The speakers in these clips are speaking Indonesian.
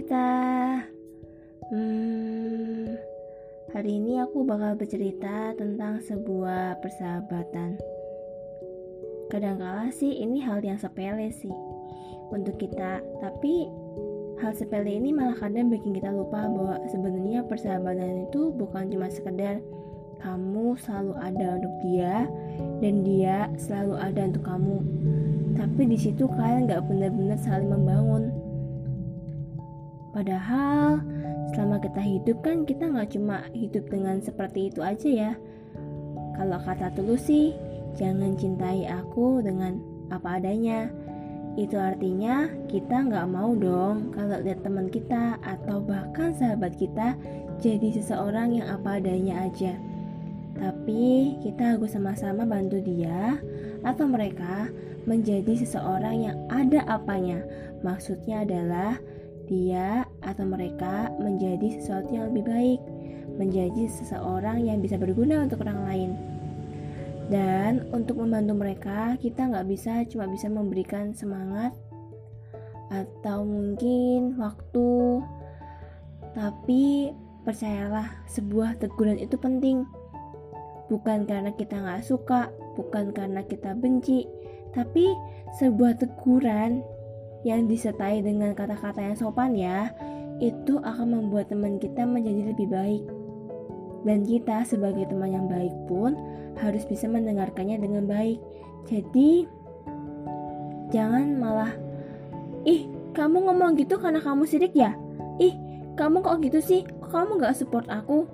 Rita. Hari ini aku bakal bercerita tentang sebuah persahabatan. Kadangkala sih ini hal yang sepele sih untuk kita, tapi hal sepele ini malah kadang bikin kita lupa bahwa sebenarnya persahabatan itu bukan cuma sekedar kamu selalu ada untuk dia dan dia selalu ada untuk kamu, tapi di situ kalian nggak benar-benar saling membangun. Padahal selama kita hidup kan kita nggak cuma hidup dengan seperti itu aja ya. Kalau kata Tulus sih, jangan cintai aku dengan apa adanya. Itu artinya kita nggak mau dong kalau lihat teman kita atau bahkan sahabat kita jadi seseorang yang apa adanya aja. Tapi kita harus sama-sama bantu dia atau mereka menjadi seseorang yang ada apanya. Maksudnya adalah dia atau mereka menjadi sesuatu yang lebih baik, menjadi seseorang yang bisa berguna untuk orang lain. Dan untuk membantu mereka, kita nggak cuma bisa memberikan semangat atau mungkin waktu. Tapi percayalah, sebuah teguran itu penting. Bukan karena kita nggak suka, bukan karena kita benci, tapi sebuah teguran yang disertai dengan kata-kata yang sopan ya, itu akan membuat teman kita menjadi lebih baik. Dan kita sebagai teman yang baik pun harus bisa mendengarkannya dengan baik. Jadi jangan malah, kamu ngomong gitu karena kamu sirik ya? Kamu kok gitu sih? Kok kamu gak support aku?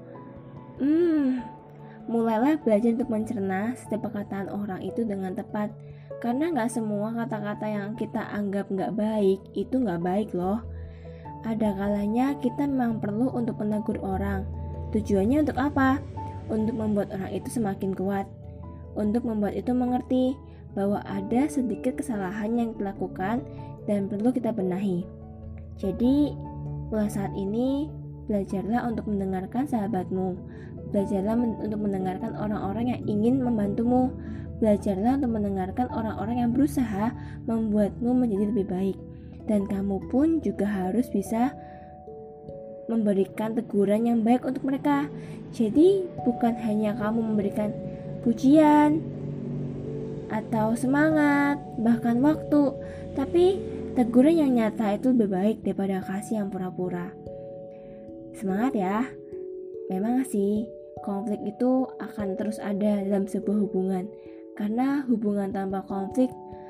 Mulailah belajar untuk mencerna setiap perkataan orang itu dengan tepat. Karena gak semua kata-kata yang kita anggap gak baik itu gak baik loh. Ada kalanya kita memang perlu untuk menegur orang. Tujuannya untuk apa? Untuk membuat orang itu semakin kuat, untuk membuat itu mengerti bahwa ada sedikit kesalahan yang dilakukan dan perlu kita benahi. Jadi mulai saat ini belajarlah untuk mendengarkan sahabatmu. Belajarlah untuk mendengarkan orang-orang yang ingin membantumu. Belajarlah untuk mendengarkan orang-orang yang berusaha membuatmu menjadi lebih baik. Dan kamu pun juga harus bisa memberikan teguran yang baik untuk mereka. Jadi bukan hanya kamu memberikan pujian atau semangat, bahkan waktu, tapi teguran yang nyata itu lebih baik daripada kasih yang pura-pura. Semangat ya. Memang sih konflik itu akan terus ada dalam sebuah hubungan. Karena hubungan tanpa konflik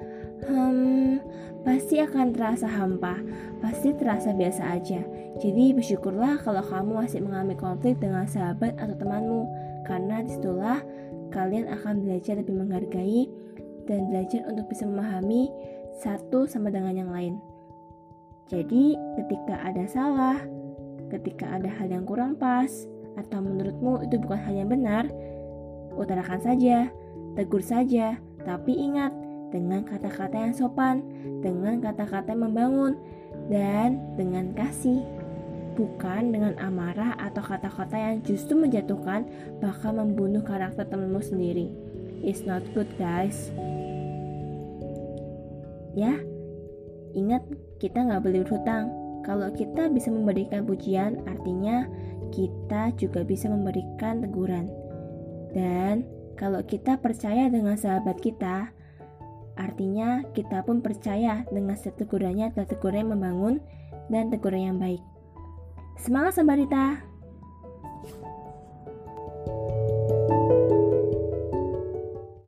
pasti akan terasa hampa, pasti terasa biasa aja. Jadi bersyukurlah kalau kamu masih mengalami konflik dengan sahabat atau temanmu, karena disitulah kalian akan belajar lebih menghargai dan belajar untuk bisa memahami satu sama dengan yang lain. Jadi ketika ada salah, ketika ada hal yang kurang pas, atau menurutmu itu bukan hal yang benar, utarakan saja, tegur saja, tapi ingat, dengan kata-kata yang sopan, dengan kata-kata yang membangun, dan dengan kasih, bukan dengan amarah atau kata-kata yang justru menjatuhkan, bahkan membunuh karakter temanmu sendiri. It's not good, guys. Ya, ingat, kita gak boleh berhutang. Kalau kita bisa memberikan pujian, artinya kita juga bisa memberikan teguran. Dan kalau kita percaya dengan sahabat kita, artinya kita pun percaya dengan setiap tegurannya adalah teguran yang membangun dan teguran yang baik. Semangat Sobat Rita!